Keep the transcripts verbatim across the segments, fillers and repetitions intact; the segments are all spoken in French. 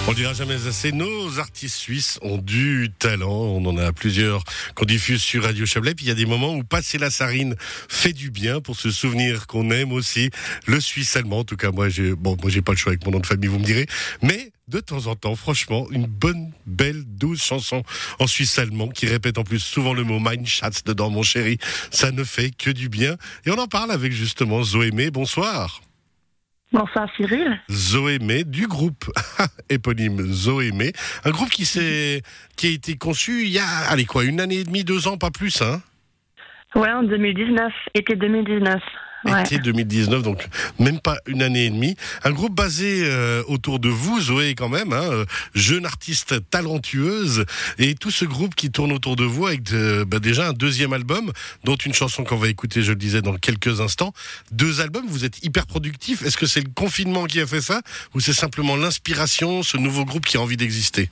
On le dira jamais assez, nos artistes suisses ont du talent. On en a plusieurs qu'on diffuse sur Radio Chablais. Puis il y a des moments où passer la sarine fait du bien pour se souvenir qu'on aime aussi le suisse allemand. En tout cas, moi, j'ai, bon, moi, j'ai pas le choix avec mon nom de famille, vous me direz. Mais de temps en temps, franchement, une bonne, belle, douce chanson en suisse allemand qui répète en plus souvent le mot Mein Schatz dedans, mon chéri. Ça ne fait que du bien. Et on en parle avec justement Zoémé. Bonsoir. Bonsoir Cyril. Zoémé du groupe éponyme Zoémé, un groupe qui s'est qui a été conçu il y a allez quoi une année et demie, deux ans, pas plus, hein. Ouais, en deux mille dix-neuf, été deux mille dix-neuf. Ouais. Été deux mille dix-neuf, donc même pas une année et demie. Un groupe basé euh, autour de vous, Zoé, quand même, hein, euh, jeune artiste talentueuse, et tout ce groupe qui tourne autour de vous avec de, bah déjà un deuxième album, dont une chanson qu'on va écouter, je le disais, dans quelques instants. Deux albums, vous êtes hyper productif. Est-ce que c'est le confinement qui a fait ça, ou c'est simplement l'inspiration, ce nouveau groupe qui a envie d'exister?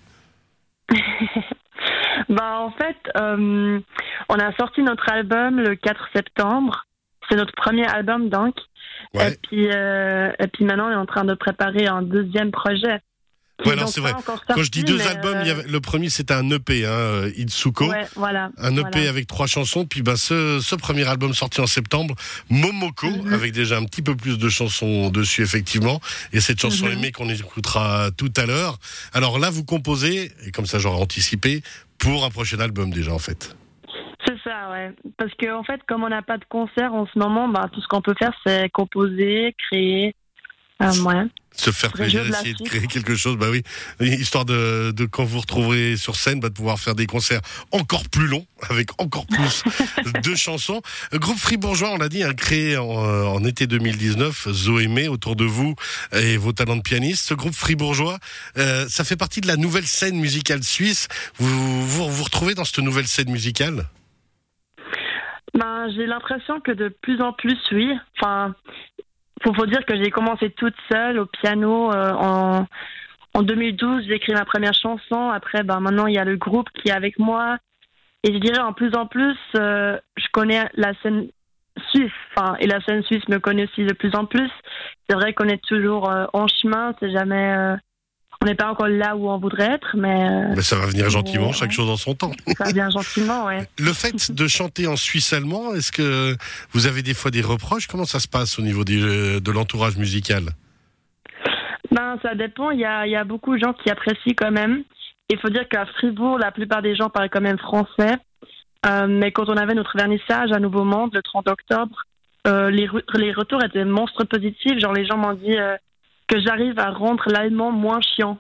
Bah en fait, euh, on a sorti notre album le quatre septembre. C'est notre premier album donc. Ouais. Et puis euh, et puis maintenant on est en train de préparer un deuxième projet. Ouais, alors c'est vrai. Sorti, quand je dis deux albums, euh... il y avait, le premier c'était un E P, hein, Itsuko. Ouais, voilà. Un E P voilà. avec trois chansons. Puis bah ce, ce premier album sorti en septembre, Momoko, mm-hmm. avec déjà un petit peu plus de chansons dessus effectivement. Et cette chanson mm-hmm. aimée qu'on écoutera tout à l'heure. Alors là, vous composez, et comme ça j'aurais anticipé, pour un prochain album déjà en fait. C'est ça, ouais. Parce que en fait, comme on n'a pas de concert en ce moment, bah tout ce qu'on peut faire, c'est composer, créer, euh, ouais. Se faire plaisir, essayer de créer quelque chose, bah oui, histoire de, de quand vous retrouverez sur scène, bah, de pouvoir faire des concerts encore plus longs, avec encore plus de chansons. Groupe fribourgeois, on l'a dit, hein, créé en, en été deux mille dix-neuf, Zoémé, autour de vous et vos talents de pianiste. Ce groupe fribourgeois, euh, ça fait partie de la nouvelle scène musicale suisse. Vous vous, vous retrouvez dans cette nouvelle scène musicale? Ben, j'ai l'impression que de plus en plus, oui. Enfin, faut, faut dire que j'ai commencé toute seule au piano euh, en, en deux mille douze. J'ai écrit ma première chanson. Après, ben maintenant il y a le groupe qui est avec moi. Et je dirais en plus en plus, euh, je connais la scène suisse. Enfin, et la scène suisse me connaît aussi de plus en plus. C'est vrai qu'on est toujours euh, en chemin. C'est jamais. Euh, On n'est pas encore là où on voudrait être, mais... Mais ça va venir gentiment, mais, chaque ouais. chose en son temps. Ça vient gentiment, ouais. Le fait de chanter en suisse allemand, est-ce que vous avez des fois des reproches? Comment ça se passe au niveau des, de l'entourage musical? Ben, ça dépend. Il y a, il y a beaucoup de gens qui apprécient quand même. Il faut dire qu'à Fribourg, la plupart des gens parlent quand même français. Euh, mais quand on avait notre vernissage à Nouveau Monde, le trente octobre, euh, les, les retours étaient monstres positifs. Genre, les gens m'ont dit... Euh, que j'arrive à rendre l'allemand moins chiant.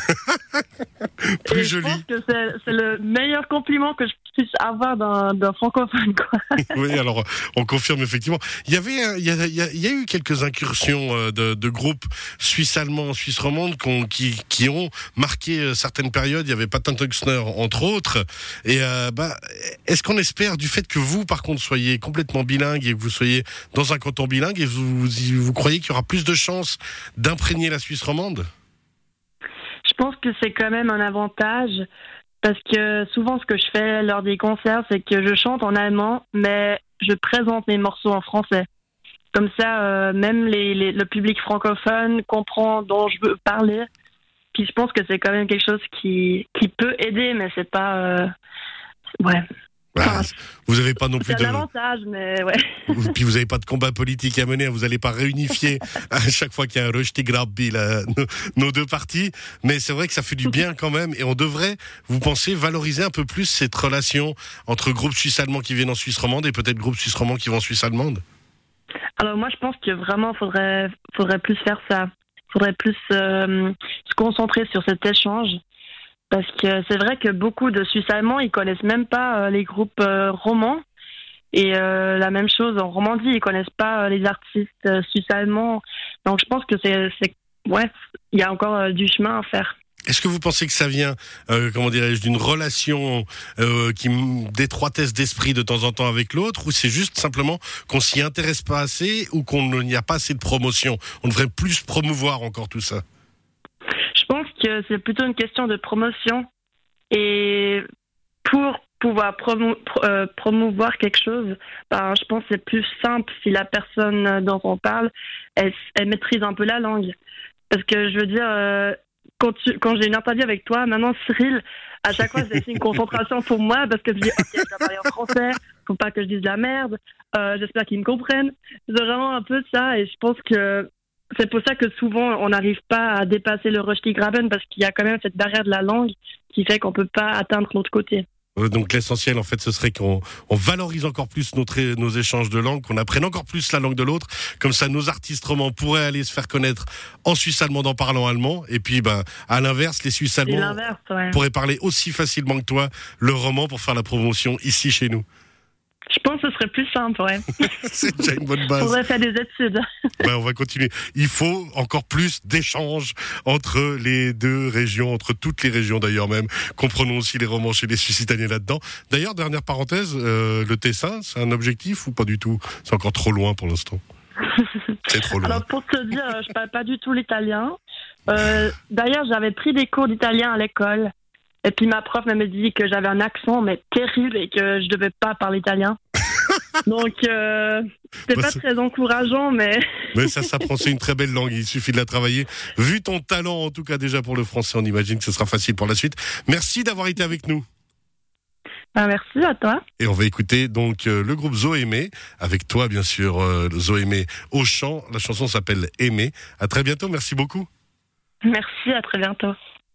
Plus et joli. Je pense que c'est, c'est le meilleur compliment que je puisse avoir d'un, d'un francophone, quoi. Oui, alors on confirme effectivement. Il y avait, il y a, il y a, il y a eu quelques incursions de, de groupes suisse-allemands, suisse-romandes qui, qui ont marqué certaines périodes. Il y avait Patent Tuxner entre autres. Et euh, bah, est-ce qu'on espère du fait que vous, par contre, soyez complètement bilingue et que vous soyez dans un canton bilingue, et vous, vous, vous croyez qu'il y aura plus de chances d'imprégner la Suisse romande? Je pense que c'est quand même un avantage parce que souvent ce que je fais lors des concerts, c'est que je chante en allemand, mais je présente mes morceaux en français. Comme ça, euh, même les, les, le public francophone comprend dont je veux parler. Puis je pense que c'est quand même quelque chose qui, qui peut aider, mais c'est pas... Euh... Ouais. Bah, vous n'avez pas non plus c'est de. un avantage, mais ouais. Puis vous n'avez pas de combat politique à mener. Vous n'allez pas réunifier à chaque fois qu'il y a un Rösti Grabbi, là, nos, nos deux parties. Mais c'est vrai que ça fait du bien quand même. Et on devrait, vous pensez, valoriser un peu plus cette relation entre groupes suisse-allemands qui viennent en Suisse romande et peut-être groupes suisse-romands qui vont en Suisse allemande? Alors moi, je pense que vraiment, faudrait, faudrait plus faire ça. Faudrait plus euh, se concentrer sur cet échange. Parce que c'est vrai que beaucoup de Suisses allemands, ils connaissent même pas euh, les groupes euh, romans. Et euh, la même chose en Romandie, ils connaissent pas euh, les artistes euh, suisses allemands. Donc je pense que c'est, c'est ouais, il y a encore euh, du chemin à faire. Est-ce que vous pensez que ça vient, euh, comment dirais-je, d'une relation euh, qui d'étroitesse d'esprit de temps en temps avec l'autre, ou c'est juste simplement qu'on s'y intéresse pas assez, ou qu'on n'y a pas assez de promotion? On devrait plus promouvoir encore tout ça. Je pense que c'est plutôt une question de promotion. Et pour pouvoir promo- euh, promouvoir quelque chose, ben, je pense que c'est plus simple si la personne dont on parle, elle, elle maîtrise un peu la langue. Parce que je veux dire, euh, quand, tu, quand j'ai une interview avec toi, maintenant Cyril, à chaque fois c'est une concentration pour moi parce que je dis ok, je dois parler en français, faut pas que je dise de la merde, euh, j'espère qu'ils me comprennent. C'est vraiment un peu ça et je pense que c'est pour ça que souvent on n'arrive pas à dépasser le Röstigraben parce qu'il y a quand même cette barrière de la langue qui fait qu'on peut pas atteindre l'autre côté. Donc l'essentiel en fait ce serait qu'on on valorise encore plus notre, nos échanges de langue, qu'on apprenne encore plus la langue de l'autre, comme ça nos artistes romans pourraient aller se faire connaître en Suisse allemande en parlant allemand, et puis ben à l'inverse les Suisses allemands ouais. pourraient parler aussi facilement que toi le roman pour faire la promotion ici chez nous. Je pense que ce serait plus simple, ouais. C'est déjà une bonne base. On devrait faire des études. Ben, on va continuer. Il faut encore plus d'échanges entre les deux régions, entre toutes les régions d'ailleurs même. Comprenons aussi les romans chez les Suisses italiens là-dedans. D'ailleurs, dernière parenthèse, euh, le Tessin, c'est un objectif ou pas du tout? C'est encore trop loin pour l'instant. C'est trop loin. Alors pour te dire, je parle pas du tout l'italien. Euh, d'ailleurs, j'avais pris des cours d'italien à l'école. Et puis ma prof m'a dit que j'avais un accent mais terrible et que je devais pas parler italien. Donc euh, c'était bah, pas c'est... très encourageant, mais. Mais ça s'apprend, c'est une très belle langue. Il suffit de la travailler. Vu ton talent, en tout cas déjà pour le français, on imagine que ce sera facile pour la suite. Merci d'avoir été avec nous. Ah, merci à toi. Et on va écouter donc euh, le groupe Zoémé, avec toi bien sûr, euh, Zoémé au chant. La chanson s'appelle Aimer. À très bientôt. Merci beaucoup. Merci, à très bientôt.